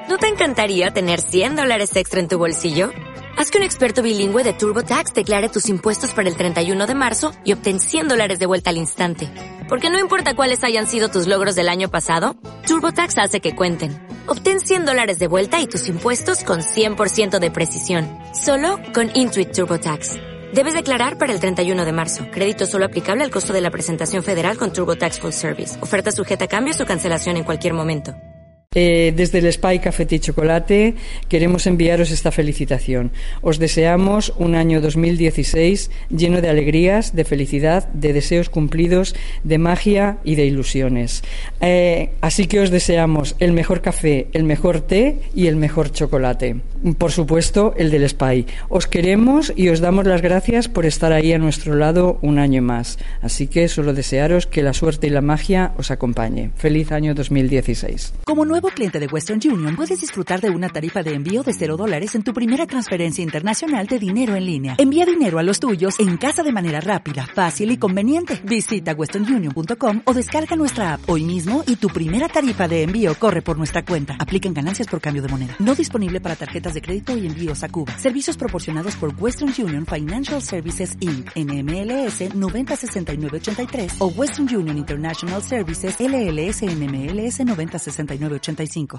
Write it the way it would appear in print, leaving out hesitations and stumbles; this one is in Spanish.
¿No te encantaría tener $100 extra en tu bolsillo? Haz que un experto bilingüe de TurboTax declare tus impuestos para el 31 de marzo y obtén $100 de vuelta al instante. Porque no importa cuáles hayan sido tus logros del año pasado, TurboTax hace que cuenten. Obtén $100 de vuelta y tus impuestos con 100% de precisión. Solo con Intuit TurboTax. Debes declarar para el 31 de marzo. Crédito solo aplicable al costo de la presentación federal con TurboTax Full Service. Oferta sujeta a cambios o cancelación en cualquier momento. Desde el Spy Café y Chocolate queremos enviaros esta felicitación. Os deseamos un año 2016 lleno de alegrías, de felicidad, de deseos cumplidos, de magia y de ilusiones. Así que os deseamos el mejor café, el mejor té y el mejor chocolate. Por supuesto, el del Spy. Os queremos y os damos las gracias por estar ahí a nuestro lado un año más. Así que solo desearos que la suerte y la magia os acompañe. Feliz año 2016. Como nuevo cliente de Western Union, puedes disfrutar de una tarifa de envío de $0 en tu primera transferencia internacional de dinero en línea. Envía dinero a los tuyos en casa de manera rápida, fácil y conveniente. Visita westernunion.com o descarga nuestra app hoy mismo y tu primera tarifa de envío corre por nuestra cuenta. Aplican ganancias por cambio de moneda. No disponible para tarjetas de crédito y envíos a Cuba. Servicios proporcionados por Western Union Financial Services Inc. NMLS 906983 o Western Union International Services LLS NMLS 906985.